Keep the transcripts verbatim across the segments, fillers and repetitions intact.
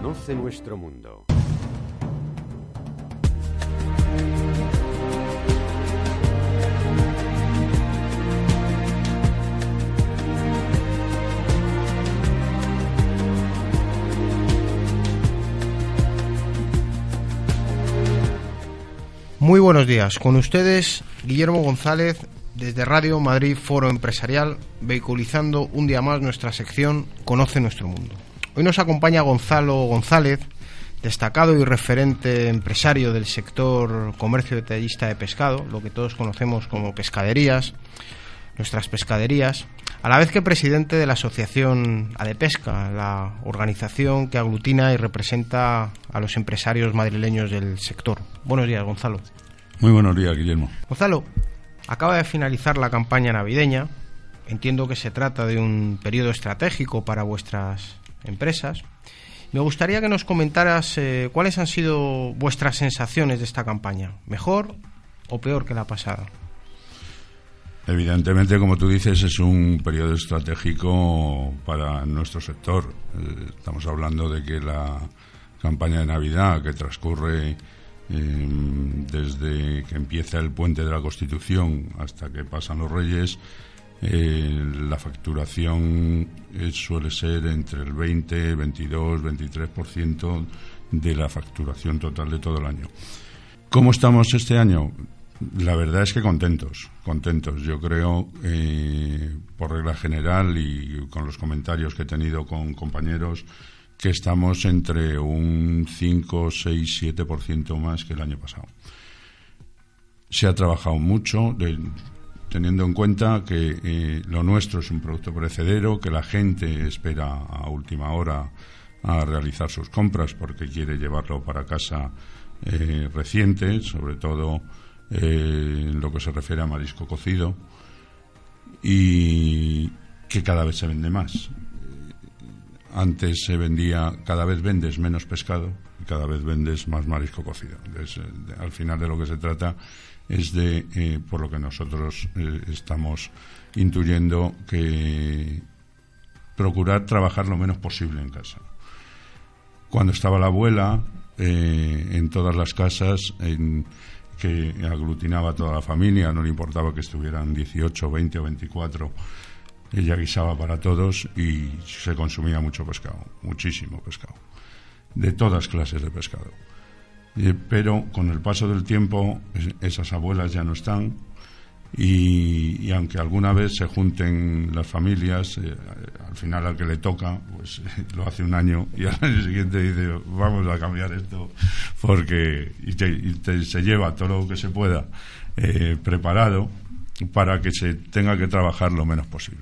Conoce nuestro mundo. Muy buenos días, con ustedes Guillermo González desde Radio Madrid Foro Empresarial, vehiculizando un día más nuestra sección Conoce nuestro mundo. Hoy nos acompaña Gonzalo González, destacado y referente empresario del sector comercio detallista de pescado, lo que todos conocemos como pescaderías, nuestras pescaderías, a la vez que presidente de la asociación Adepesca, la organización que aglutina y representa a los empresarios madrileños del sector. Buenos días, Gonzalo. Muy buenos días, Guillermo. Gonzalo, acaba de finalizar la campaña navideña. Entiendo que se trata de un periodo estratégico para vuestras empresas. Me gustaría que nos comentaras eh, cuáles han sido vuestras sensaciones de esta campaña, mejor o peor que la pasada. Evidentemente, como tú dices, es un periodo estratégico para nuestro sector. Eh, estamos hablando de que la campaña de Navidad, que transcurre eh, desde que empieza el puente de la Constitución hasta que pasan los Reyes, eh, la facturación eh, suele ser entre el veinte, veintidós, veintitrés por ciento de la facturación total de todo el año. ¿Cómo estamos este año? La verdad es que contentos, contentos. Yo creo, eh, por regla general y con los comentarios que he tenido con compañeros, que estamos entre un cinco, seis, siete por ciento más que el año pasado. Se ha trabajado mucho, de, teniendo en cuenta que eh, lo nuestro es un producto perecedero, que la gente espera a última hora a realizar sus compras porque quiere llevarlo para casa eh, reciente, sobre todo Eh, en lo que se refiere a marisco cocido, y que cada vez se vende más. Antes se vendía, cada vez vendes menos pescado y cada vez vendes más marisco cocido. Entonces, de, al final de lo que se trata es de, eh, por lo que nosotros eh, estamos intuyendo, que procurar trabajar lo menos posible en casa. Cuando estaba la abuela, eh, en todas las casas, en que aglutinaba a toda la familia, no le importaba que estuvieran dieciocho, veinte o veinticuatro, ella guisaba para todos y se consumía mucho pescado, muchísimo pescado, de todas clases de pescado. Eh, pero con el paso del tiempo esas abuelas ya no están y, y aunque alguna vez se junten las familias, eh, al final al que le toca, pues eh, lo hace un año y al año siguiente dice vamos a cambiar esto porque y te, y te, se lleva todo lo que se pueda eh, preparado para que se tenga que trabajar lo menos posible.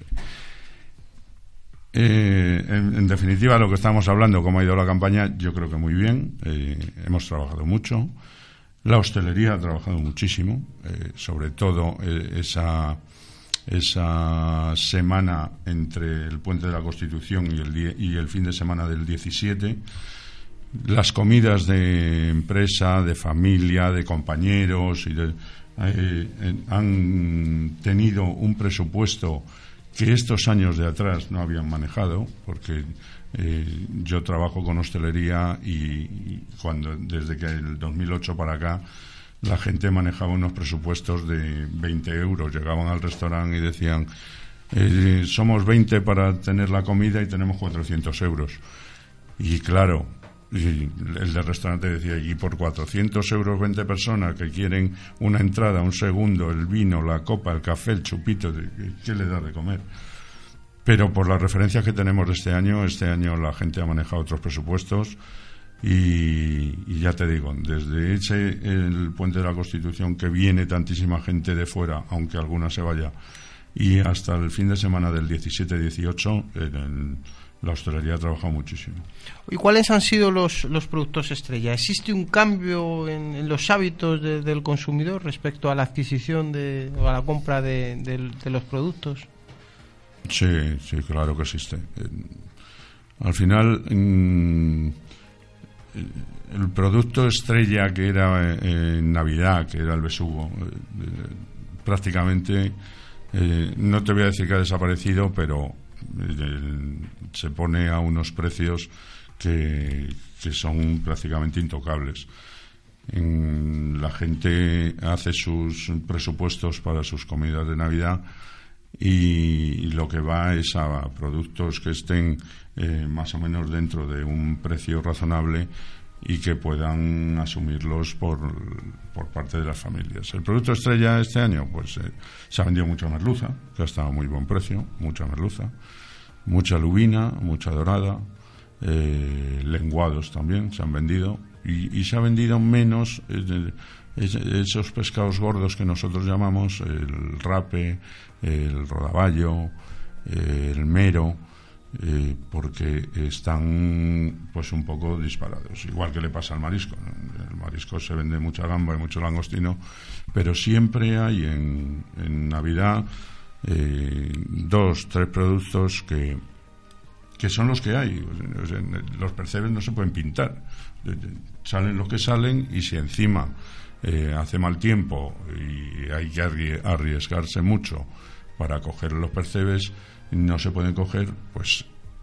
Eh, en, en definitiva, lo que estamos hablando, cómo ha ido la campaña, yo creo que muy bien. Eh, hemos trabajado mucho. La hostelería ha trabajado muchísimo, eh, sobre todo eh, esa, esa semana entre el puente de la Constitución y el, die- y el fin de semana del diecisiete. Las comidas de empresa, de familia, de compañeros, y de, eh, eh, han tenido un presupuesto que estos años de atrás no habían manejado, porque Eh, yo trabajo con hostelería y, y cuando desde que el dos mil ocho para acá la gente manejaba unos presupuestos de veinte euros, llegaban al restaurante y decían eh, somos veinte para tener la comida y tenemos cuatrocientos euros, y claro, y el del restaurante decía, y por cuatrocientos euros veinte personas que quieren una entrada, un segundo, el vino, la copa, el café, el chupito, ¿qué le da de comer? Pero por las referencias que tenemos de este año, este año la gente ha manejado otros presupuestos y, y ya te digo, desde ese el puente de la Constitución, que viene tantísima gente de fuera, aunque alguna se vaya, y hasta el fin de semana del diecisiete dieciocho, en la hostelería ha trabajado muchísimo. ¿Y cuáles han sido los, los productos estrella? ¿Existe un cambio en, en los hábitos de, del consumidor respecto a la adquisición de, o a la compra de, de, de los productos? Sí, sí, claro que existe. Al final, el producto estrella que era en Navidad, que era el besugo, prácticamente, no te voy a decir que ha desaparecido, pero se pone a unos precios que, que son prácticamente intocables. En, la gente hace sus presupuestos para sus comidas de Navidad y, y lo que va es a productos que estén eh, más o menos dentro de un precio razonable y que puedan asumirlos por, por parte de las familias. El producto estrella este año, pues eh, se ha vendido mucha merluza, que ha estado a muy buen precio, mucha merluza, mucha lubina, mucha dorada, eh, lenguados también se han vendido, y, y se ha vendido menos eh, esos pescados gordos que nosotros llamamos el rape, el rodaballo, eh, el mero, Eh, porque están pues un poco disparados, igual que le pasa al marisco, ¿no? El marisco se vende mucha gamba y mucho langostino, pero siempre hay en, en Navidad eh, dos, tres productos que que son los que hay. O sea, los percebes no se pueden pintar, salen los que salen, y si encima eh, hace mal tiempo y hay que arriesgarse mucho para coger los percebes, no se pueden coger. Pues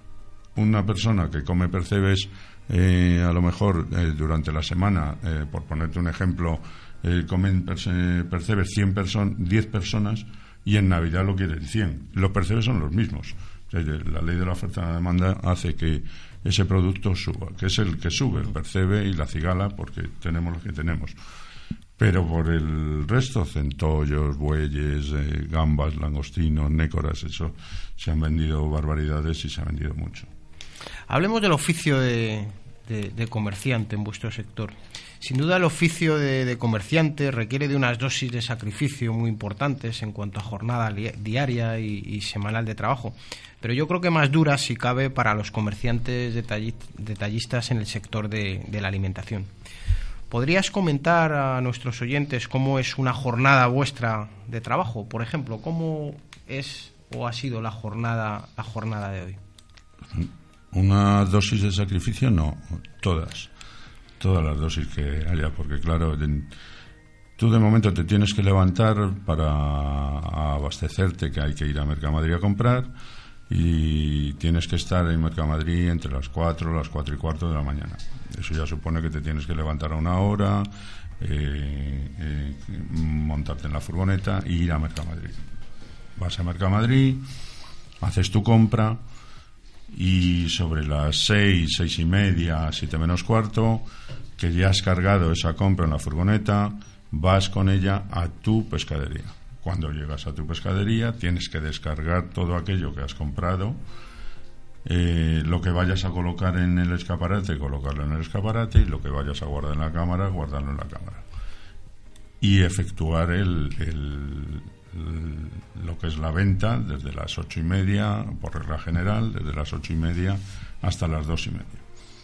una persona que come percebes eh, a lo mejor eh, durante la semana, eh, por ponerte un ejemplo, eh, comen perce- percebes cien personas, diez personas, y en Navidad lo quieren cien. Los percebes son los mismos. O sea, la ley de la oferta y la demanda hace que ese producto suba, que es el que sube, el percebe y la cigala, porque tenemos lo que tenemos. Pero por el resto, centollos, bueyes, eh, gambas, langostinos, nécoras, eso, se han vendido barbaridades y se ha vendido mucho. Hablemos del oficio de, de, de comerciante en vuestro sector. Sin duda, el oficio de, de comerciante requiere de unas dosis de sacrificio muy importantes en cuanto a jornada li- diaria y, y semanal de trabajo, pero yo creo que más duras, si cabe, para los comerciantes detalli- detallistas en el sector de, de la alimentación. ¿Podrías comentar a nuestros oyentes cómo es una jornada vuestra de trabajo? Por ejemplo, ¿cómo es o ha sido la jornada, la jornada de hoy? Una dosis de sacrificio, no, todas. Todas las dosis que haya, porque claro, tú de momento te tienes que levantar para abastecerte, que hay que ir a Mercamadrid a comprar, y tienes que estar en Mercamadrid entre las cuatro, las cuatro y cuarto de la mañana. Eso ya supone que te tienes que levantar a una hora, eh, eh, montarte en la furgoneta e ir a Mercamadrid. Vas a Mercamadrid, haces tu compra, y sobre las seis, seis y media, siete menos cuarto, que ya has cargado esa compra en la furgoneta, vas con ella a tu pescadería. Cuando llegas a tu pescadería tienes que descargar todo aquello que has comprado, eh, lo que vayas a colocar en el escaparate, colocarlo en el escaparate, y lo que vayas a guardar en la cámara, guardarlo en la cámara, y efectuar el, el, el, lo que es la venta desde las ocho y media, por regla general, desde las ocho y media hasta las dos y media.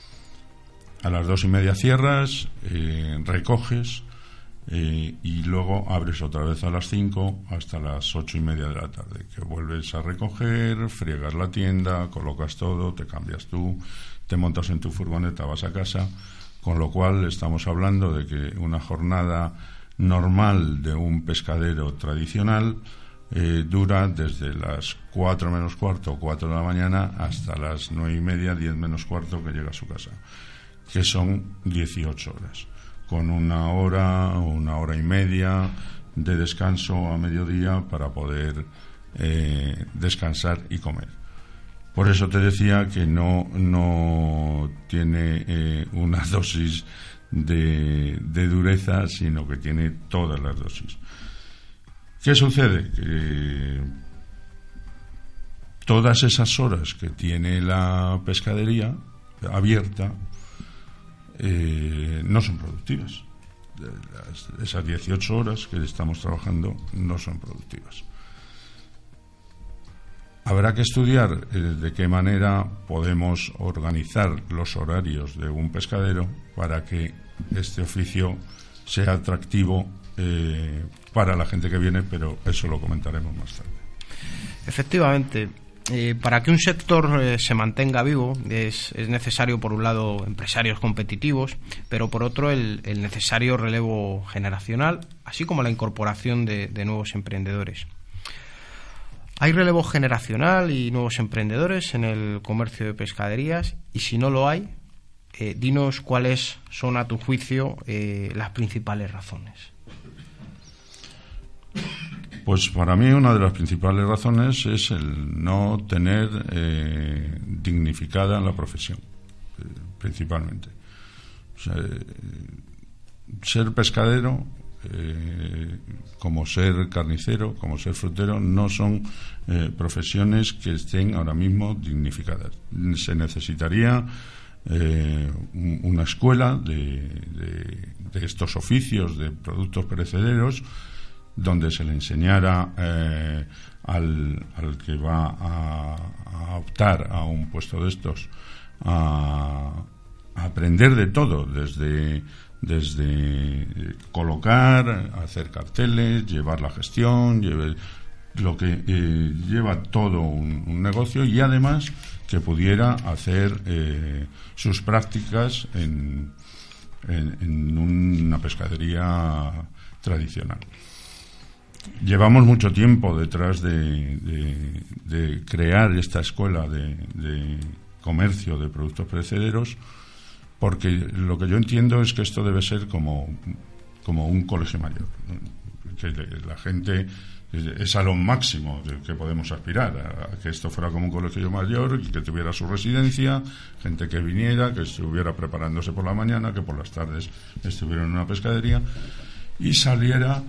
A las dos y media cierras, eh, recoges, eh, y luego abres otra vez a las cinco hasta las ocho y media de la tarde, que vuelves a recoger, friegas la tienda, colocas todo, te cambias tú, te montas en tu furgoneta, vas a casa, con lo cual estamos hablando de que una jornada normal de un pescadero tradicional eh, dura desde las cuatro menos cuarto, cuatro de la mañana, hasta las nueve y media, diez menos cuarto, que llega a su casa, que son dieciocho horas, con una hora o una hora y media de descanso a mediodía para poder eh, descansar y comer. Por eso te decía que no, no tiene eh, una dosis de, de dureza, sino que tiene todas las dosis. ¿Qué sucede? Que todas esas horas que tiene la pescadería abierta Eh, no son productivas. Las, esas dieciocho horas que estamos trabajando no son productivas. Habrá que estudiar eh, de qué manera podemos organizar los horarios de un pescadero para que este oficio sea atractivo eh, para la gente que viene, pero eso lo comentaremos más tarde. Efectivamente. Eh, para que un sector eh, se mantenga vivo es, es necesario, por un lado, empresarios competitivos, pero por otro el, el necesario relevo generacional, así como la incorporación de, de nuevos emprendedores. ¿Hay relevo generacional y nuevos emprendedores en el comercio de pescaderías? Y si no lo hay, eh, dinos cuáles son, a tu juicio, eh, las principales razones. Pues para mí una de las principales razones es el no tener eh, dignificada la profesión, eh, principalmente. O sea, eh, ser pescadero, eh, como ser carnicero, como ser frutero, no son eh, profesiones que estén ahora mismo dignificadas. Se necesitaría eh, una escuela de, de, de estos oficios de productos perecederos, donde se le enseñara eh, al, al que va a, a optar a un puesto de estos a, a aprender de todo, desde, desde colocar, hacer carteles, llevar la gestión, llevar lo que eh, lleva todo un, un negocio, y además que pudiera hacer eh, sus prácticas en, en, en una pescadería tradicional. Llevamos mucho tiempo detrás de, de, de crear esta escuela de, de comercio de productos perecederos, porque lo que yo entiendo es que esto debe ser como, como un colegio mayor, ¿no? Que la gente es a lo máximo de que podemos aspirar, a que esto fuera como un colegio mayor y que tuviera su residencia, gente que viniera, que estuviera preparándose por la mañana, que por las tardes estuviera en una pescadería y saliera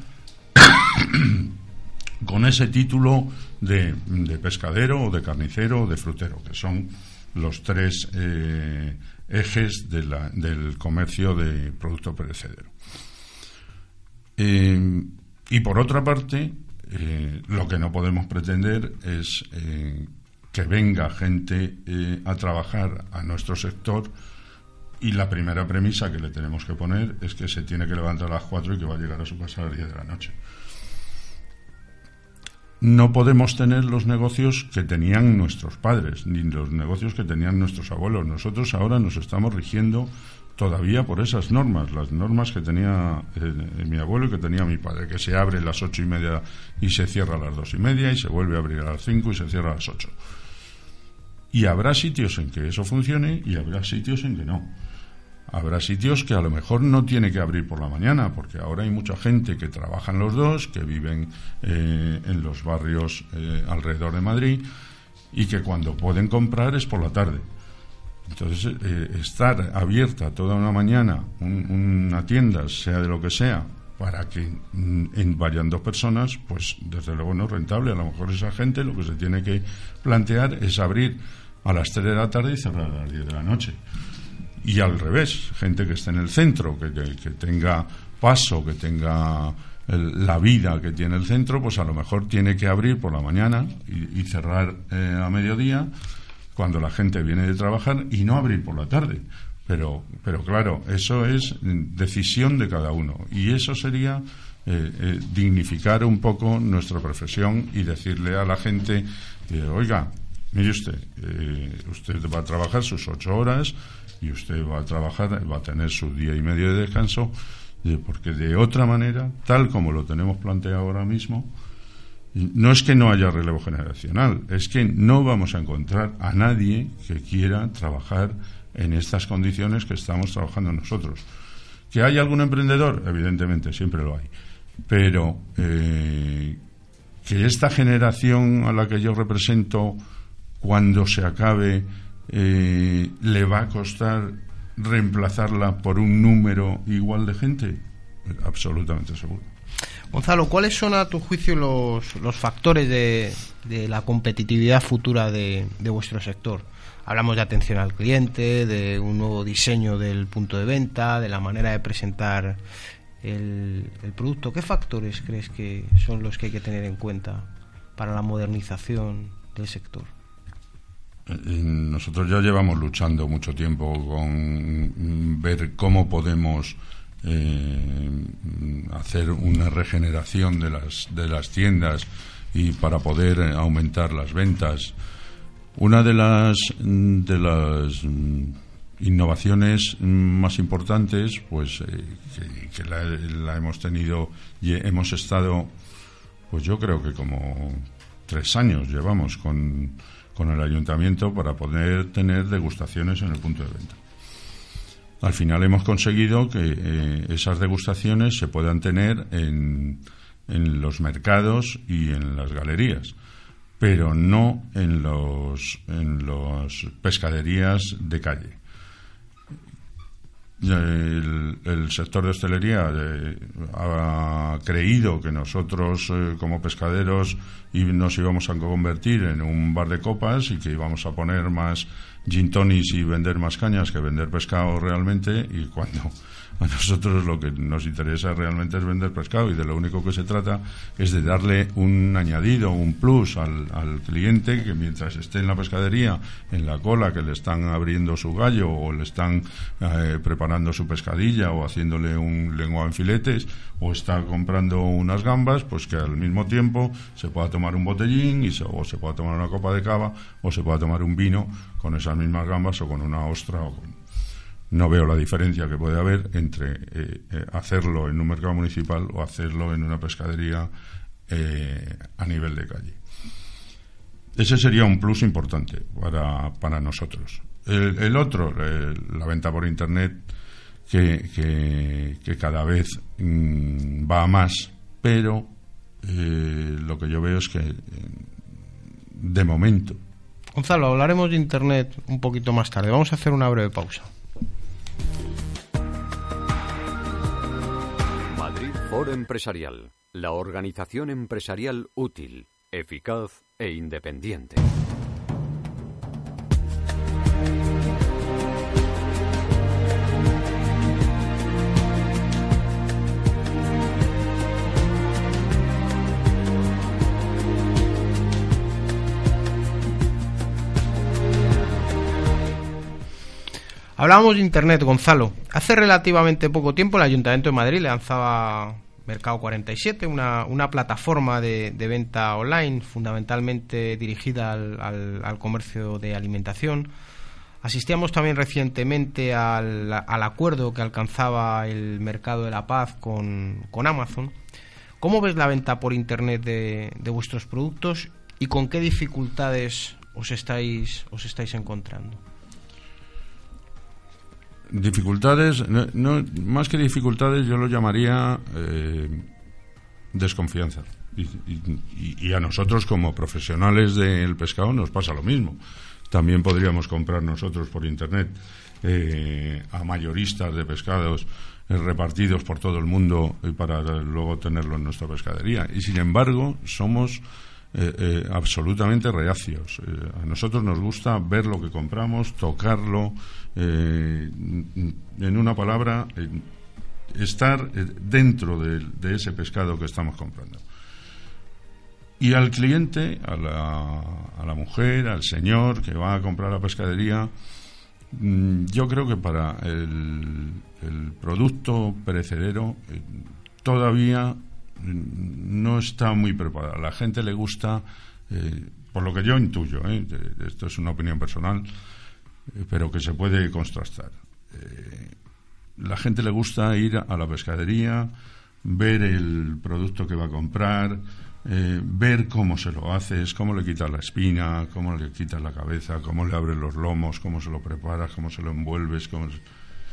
con ese título de, de pescadero o de carnicero o de frutero, que son los tres eh, ejes de la, del comercio de producto perecedero. Eh, y por otra parte, eh, lo que no podemos pretender es eh, que venga gente eh, a trabajar a nuestro sector, y la primera premisa que le tenemos que poner es que se tiene que levantar a las cuatro y que va a llegar a su casa a las diez de la noche. No podemos tener los negocios que tenían nuestros padres, ni los negocios que tenían nuestros abuelos. Nosotros ahora nos estamos rigiendo todavía por esas normas, las normas que tenía eh, mi abuelo y que tenía mi padre, que se abre a las ocho y media y se cierra a las dos y media, y se vuelve a abrir a las cinco y se cierra a las ocho. Y habrá sitios en que eso funcione y habrá sitios en que no. Habrá sitios que a lo mejor no tiene que abrir por la mañana, porque ahora hay mucha gente que trabaja en los dos, que viven eh, en los barrios eh, alrededor de Madrid, y que cuando pueden comprar es por la tarde. Entonces, eh, estar abierta toda una mañana un, una tienda, sea de lo que sea, para que en, vayan dos personas, pues desde luego no es rentable. A lo mejor esa gente lo que se tiene que plantear es abrir a las tres de la tarde y cerrar a las diez de la noche. Y al revés, gente que esté en el centro, que, que, que tenga paso, que tenga el, la vida que tiene el centro, pues a lo mejor tiene que abrir por la mañana y, y cerrar eh, a mediodía, cuando la gente viene de trabajar, y no abrir por la tarde. Pero, pero claro, eso es decisión de cada uno, y eso sería eh, eh, dignificar un poco nuestra profesión y decirle a la gente, eh, oiga, mire usted, eh, usted va a trabajar sus ocho horas y usted va a trabajar, va a tener su día y medio de descanso, eh, porque de otra manera, tal como lo tenemos planteado ahora mismo, no es que no haya relevo generacional, es que no vamos a encontrar a nadie que quiera trabajar en estas condiciones que estamos trabajando nosotros. ¿Que hay algún emprendedor? Evidentemente, siempre lo hay. Pero eh, que esta generación a la que yo represento, cuando se acabe, eh, le va a costar reemplazarla por un número igual de gente, absolutamente seguro. Gonzalo, ¿cuáles son, a tu juicio, los, los factores de, de la competitividad futura de, de vuestro sector? Hablamos de atención al cliente, de un nuevo diseño del punto de venta, de la manera de presentar el, el producto. ¿Qué factores crees que son los que hay que tener en cuenta para la modernización del sector? Nosotros ya llevamos luchando mucho tiempo con ver cómo podemos eh, hacer una regeneración de las de las tiendas y para poder aumentar las ventas. Una de las de las innovaciones más importantes, pues eh, que, que la, la hemos tenido y hemos estado, pues yo creo que como tres años llevamos con con el ayuntamiento para poder tener degustaciones en el punto de venta. al final hemos conseguido que eh, esas degustaciones se puedan tener en, en los mercados y en las galerías, pero no en los en los pescaderías de calle. El, el sector de hostelería eh, ha creído que nosotros eh, como pescaderos y nos íbamos a convertir en un bar de copas y que íbamos a poner más gin tonics y vender más cañas que vender pescado realmente, y cuando a nosotros lo que nos interesa realmente es vender pescado, y de lo único que se trata es de darle un añadido, un plus al, al cliente, que mientras esté en la pescadería, en la cola, que le están abriendo su gallo o le están eh, preparando su pescadilla o haciéndole un lenguado en filetes o está comprando unas gambas, pues que al mismo tiempo se pueda tomar un botellín y se, o se pueda tomar una copa de cava o se pueda tomar un vino con esas mismas gambas o con una ostra o con... No veo la diferencia que puede haber entre eh, eh, hacerlo en un mercado municipal o hacerlo en una pescadería eh, a nivel de calle. Ese sería un plus importante para, para nosotros. El, el otro, eh, la venta por Internet, que, que, que cada vez mmm, va a más, pero eh, lo que yo veo es que eh, de momento... Gonzalo, hablaremos de Internet un poquito más tarde. Vamos a hacer una breve pausa. Madrid Foro Empresarial, la organización empresarial útil, eficaz e independiente. Hablábamos de Internet, Gonzalo. Hace relativamente poco tiempo el Ayuntamiento de Madrid lanzaba Mercado cuarenta y siete, una, una plataforma de, de venta online fundamentalmente dirigida al, al, al comercio de alimentación. Asistíamos también recientemente al, al acuerdo que alcanzaba el Mercado de la Paz con, con Amazon. ¿Cómo ves la venta por Internet de, de vuestros productos y con qué dificultades os estáis, os estáis encontrando? Dificultades, no, no, más que dificultades yo lo llamaría eh, desconfianza. Y, y, y a nosotros como profesionales del pescado nos pasa lo mismo. También podríamos comprar nosotros por Internet eh, a mayoristas de pescados eh, repartidos por todo el mundo y para luego tenerlo en nuestra pescadería. Y sin embargo somos eh, eh, absolutamente reacios. Eh, a nosotros nos gusta ver lo que compramos, tocarlo, eh, en una palabra, eh, estar dentro de, de ese pescado que estamos comprando. Y al cliente, a la, a la mujer, al señor que va a comprar a la pescadería, yo creo que para el, el producto perecedero eh, todavía no está muy preparado. A la gente le gusta, eh, por lo que yo intuyo, eh, esto es una opinión personal, eh, pero que se puede contrastar. Eh, la gente le gusta ir a la pescadería, ver el producto que va a comprar, eh, ver cómo se lo haces, cómo le quitas la espina, cómo le quitas la cabeza, cómo le abres los lomos, cómo se lo preparas, cómo se lo envuelves. Cómo se...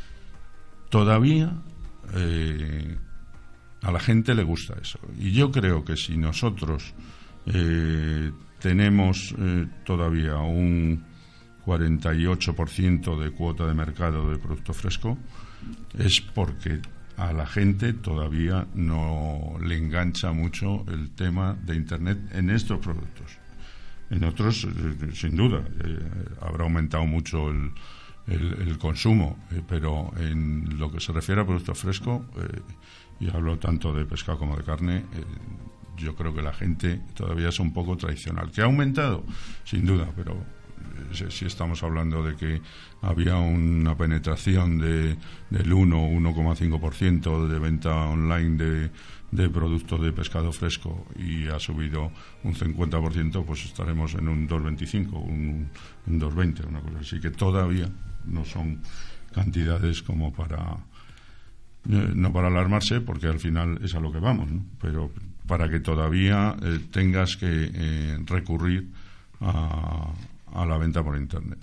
Todavía eh, a la gente le gusta eso. Y yo creo que si nosotros eh, tenemos eh, todavía un cuarenta y ocho por ciento de cuota de mercado de producto fresco, es porque a la gente todavía no le engancha mucho el tema de Internet en estos productos. En otros, eh, sin duda, eh, habrá aumentado mucho el, el, el consumo, eh, pero en lo que se refiere a producto fresco, eh, y hablo tanto de pescado como de carne, eh, yo creo que la gente todavía es un poco tradicional. ¿Que ha aumentado? Sin duda, pero si estamos hablando de que había una penetración de, del uno, uno coma cinco por ciento de venta online de, de productos de pescado fresco y ha subido un cincuenta por ciento, pues estaremos en un dos coma veinticinco, un, un dos coma veinte, una cosa así, que todavía no son cantidades como para eh, no para alarmarse, porque al final es a lo que vamos, ¿no? Pero para que todavía eh, tengas que eh, recurrir a a la venta por Internet.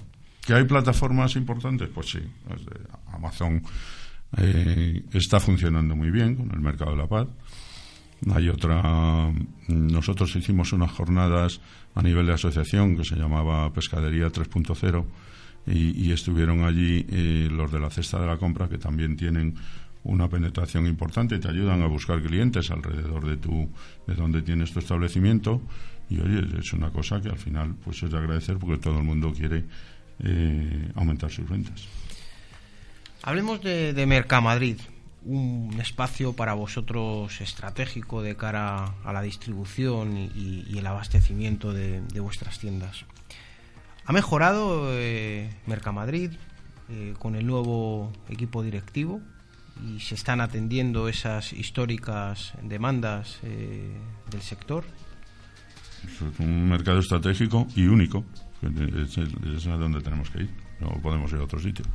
¿Que hay plataformas importantes? Pues sí. Amazon eh, está funcionando muy bien con el mercado de la paz. Hay otra... Nosotros hicimos unas jornadas a nivel de asociación que se llamaba Pescadería tres punto cero y, y estuvieron allí eh, los de la cesta de la compra, que también tienen una penetración importante y te ayudan a buscar clientes alrededor de tu de donde tienes tu establecimiento. Y oye, es una cosa que al final pues es de agradecer, porque todo el mundo quiere eh, aumentar sus ventas. Hablemos de, de Mercamadrid, un espacio para vosotros estratégico de cara a la distribución y, y el abastecimiento de, de vuestras tiendas. ¿Ha mejorado eh, Mercamadrid eh, con el nuevo equipo directivo y se están atendiendo esas históricas demandas eh, del sector? Es un mercado estratégico y único, es, es a donde tenemos que ir, no podemos ir a otro sitio.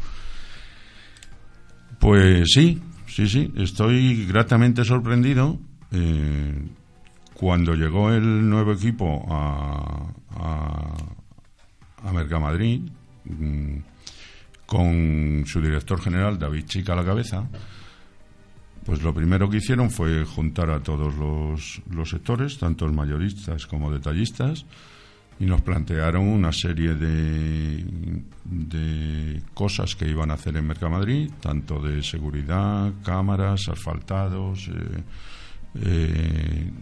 Pues sí, sí, sí, estoy gratamente sorprendido. Eh, cuando llegó el nuevo equipo a, a, a Mercamadrid, mmm, con su director general, David Chica, a la cabeza, pues lo primero que hicieron fue juntar a todos los, los sectores, tanto los mayoristas como detallistas, y nos plantearon una serie de, de cosas que iban a hacer en Mercamadrid, tanto de seguridad, cámaras, asfaltados, eh, eh,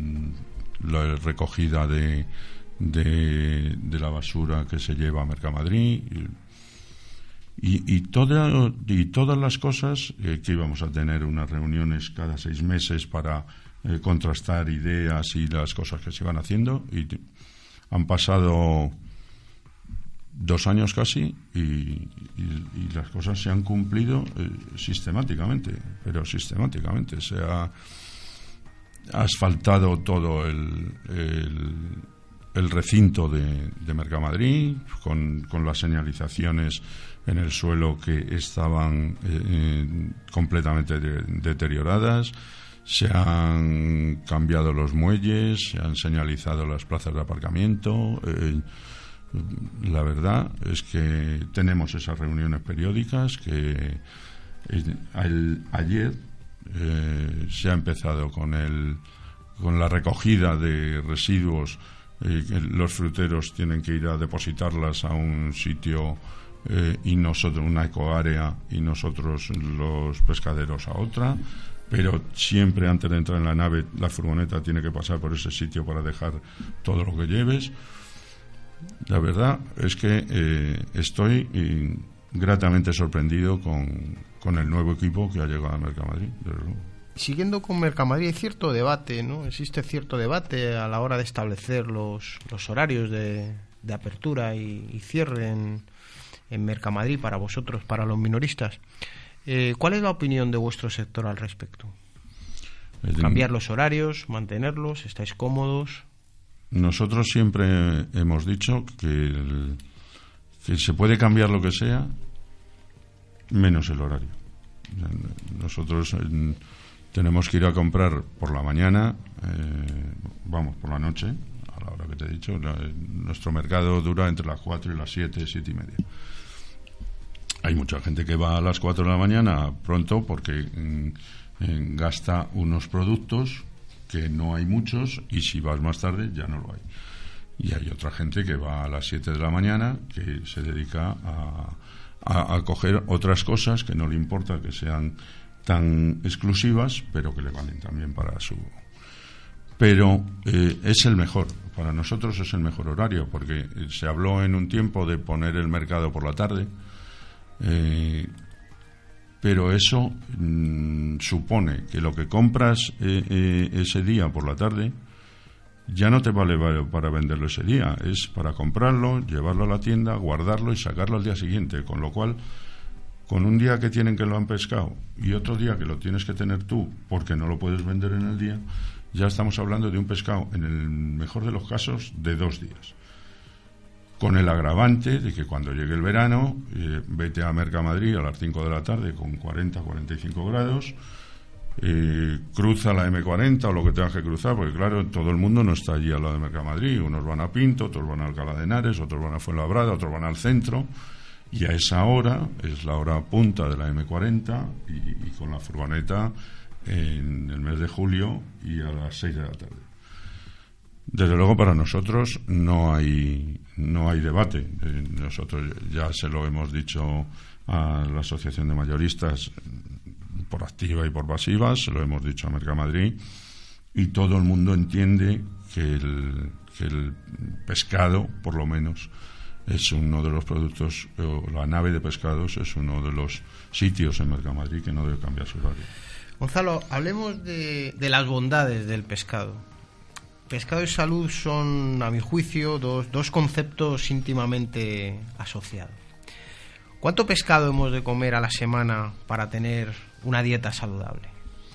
la recogida de, de, de la basura que se lleva a Mercamadrid, y, y, toda, y todas las cosas eh, que íbamos a tener unas reuniones cada seis meses para eh, contrastar ideas y las cosas que se iban haciendo. Y han pasado dos años casi y, y, y las cosas se han cumplido eh, sistemáticamente, pero sistemáticamente. Se ha asfaltado todo el, el, el recinto de, de Mercamadrid con, con las señalizaciones en el suelo que estaban eh, completamente de, deterioradas. Se han cambiado los muelles, se han señalizado las plazas de aparcamiento. Eh, la verdad es que tenemos esas reuniones periódicas que eh, el, ayer eh, se ha empezado con el con la recogida de residuos. Eh, que los fruteros tienen que ir a depositarlas a un sitio eh, y nosotros una ecoárea y nosotros los pescaderos a otra. Pero siempre antes de entrar en la nave la furgoneta tiene que pasar por ese sitio para dejar todo lo que lleves. La verdad es que eh, estoy eh, gratamente sorprendido con, con el nuevo equipo que ha llegado a Mercamadrid. Siguiendo con Mercamadrid, hay cierto debate, ¿no? Existe cierto debate a la hora de establecer los, los horarios de, de apertura y, y cierre en, en Mercamadrid para vosotros, para los minoristas. Eh, ¿Cuál es la opinión de vuestro sector al respecto? ¿Cambiar los horarios? ¿Mantenerlos? ¿Estáis cómodos? Nosotros siempre hemos dicho que, el, que se puede cambiar lo que sea, menos el horario. Nosotros eh, tenemos que ir a comprar por la mañana, eh, vamos, por la noche, a la hora que te he dicho. La, nuestro mercado dura entre las cuatro y las siete, siete y media. Hay mucha gente que va a las cuatro de la mañana pronto porque mm, eh, gasta unos productos que no hay muchos, y si vas más tarde ya no lo hay. Y hay otra gente que va a las siete de la mañana, que se dedica a, a, a coger otras cosas que no le importa que sean tan exclusivas, pero que le valen también para su... Pero eh, es el mejor, para nosotros es el mejor horario, porque se habló en un tiempo de poner el mercado por la tarde. Eh, pero eso mmm, supone que lo que compras eh, eh, ese día por la tarde ya no te vale para venderlo ese día, es para comprarlo, llevarlo a la tienda, guardarlo y sacarlo al día siguiente, con lo cual con un día que tienen que lo han pescado y otro día que lo tienes que tener tú porque no lo puedes vender en el día, ya estamos hablando de un pescado, en el mejor de los casos, de dos días. Con el agravante de que cuando llegue el verano, eh, vete a Mercamadrid a las cinco de la tarde con cuarenta a cuarenta y cinco grados, eh, cruza la eme cuarenta o lo que tengas que cruzar, porque claro, todo el mundo no está allí al lado de Mercamadrid. Unos van a Pinto, otros van a Alcalá de Henares, otros van a Fuenlabrada, otros van al centro, Y a esa hora es la hora punta de la eme cuarenta y, y con la furgoneta en el mes de julio y a las seis de la tarde. Desde luego para nosotros no hay no hay debate. Eh, nosotros ya se lo hemos dicho a la Asociación de Mayoristas por activa y por pasiva, se lo hemos dicho a Mercamadrid, y todo el mundo entiende que el, que el pescado, por lo menos, es uno de los productos, o la nave de pescados es uno de los sitios en Mercamadrid que no debe cambiar su horario. Gonzalo, hablemos de, de las bondades del pescado. Pescado y salud son, a mi juicio, dos, dos conceptos íntimamente asociados. ¿Cuánto pescado hemos de comer a la semana para tener una dieta saludable?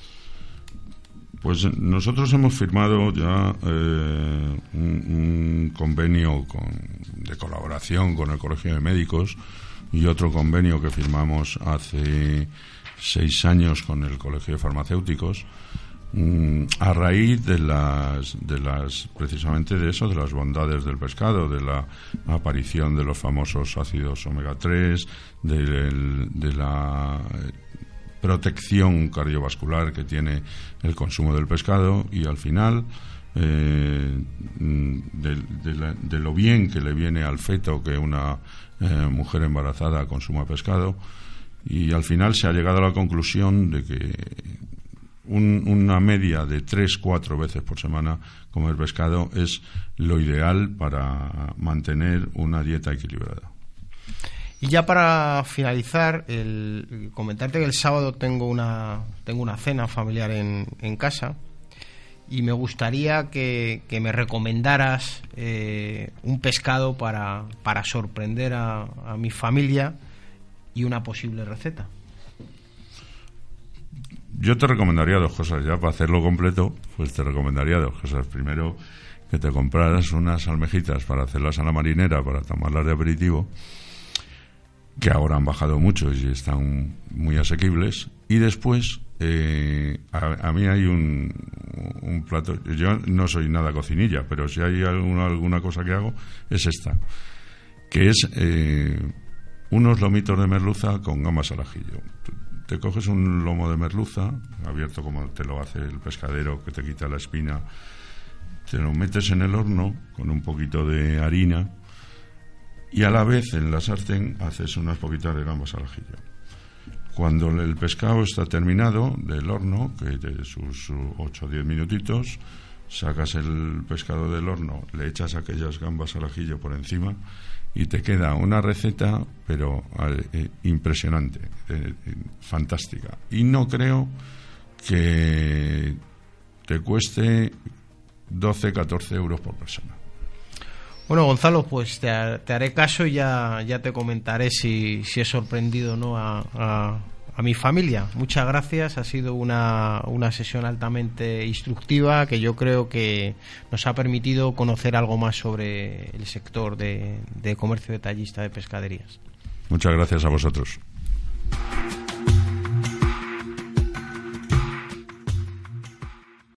Pues nosotros hemos firmado ya eh, un, un convenio con, de colaboración con el Colegio de Médicos y otro convenio que firmamos hace seis años con el Colegio de Farmacéuticos, mm, a raíz de las, de las, precisamente de eso, de las bondades del pescado, de la aparición de los famosos ácidos omega tres, de, de la protección cardiovascular que tiene el consumo del pescado, y al final eh, de, de, la, de lo bien que le viene al feto que una eh, mujer embarazada consuma pescado, y al final se ha llegado a la conclusión de que un, una media de tres, cuatro veces por semana comer pescado es lo ideal para mantener una dieta equilibrada. Y ya para finalizar, el, comentarte que el sábado tengo una tengo una cena familiar en, en casa, y me gustaría que, que me recomendaras eh, un pescado para, para sorprender a, a mi familia y una posible receta. Yo te recomendaría dos cosas. Ya para hacerlo completo, pues te recomendaría dos cosas. Primero, que te compraras unas almejitas para hacerlas a la marinera, para tomarlas de aperitivo, que ahora han bajado mucho y están muy asequibles. Y después, eh, a, a mí hay un, un plato. Yo no soy nada cocinilla, pero si hay alguna, alguna cosa que hago, es esta, que es eh, unos lomitos de merluza con gambas al ajillo. Te coges un lomo de merluza, abierto como te lo hace el pescadero, que te quita la espina, te lo metes en el horno con un poquito de harina, y a la vez en la sartén haces unas poquitas de gambas al ajillo. Cuando el pescado está terminado del horno, que de sus ocho o diez minutitos, sacas el pescado del horno, le echas aquellas gambas al ajillo por encima y te queda una receta, pero eh, impresionante, eh, eh, fantástica. Y no creo que te cueste doce, catorce euros por persona. Bueno, Gonzalo, pues te, te haré caso y ya, ya te comentaré si, si he sorprendido o no a, a, a mi familia. Muchas gracias, ha sido una, una sesión altamente instructiva que yo creo que nos ha permitido conocer algo más sobre el sector de, de comercio detallista de pescaderías. Muchas gracias a vosotros.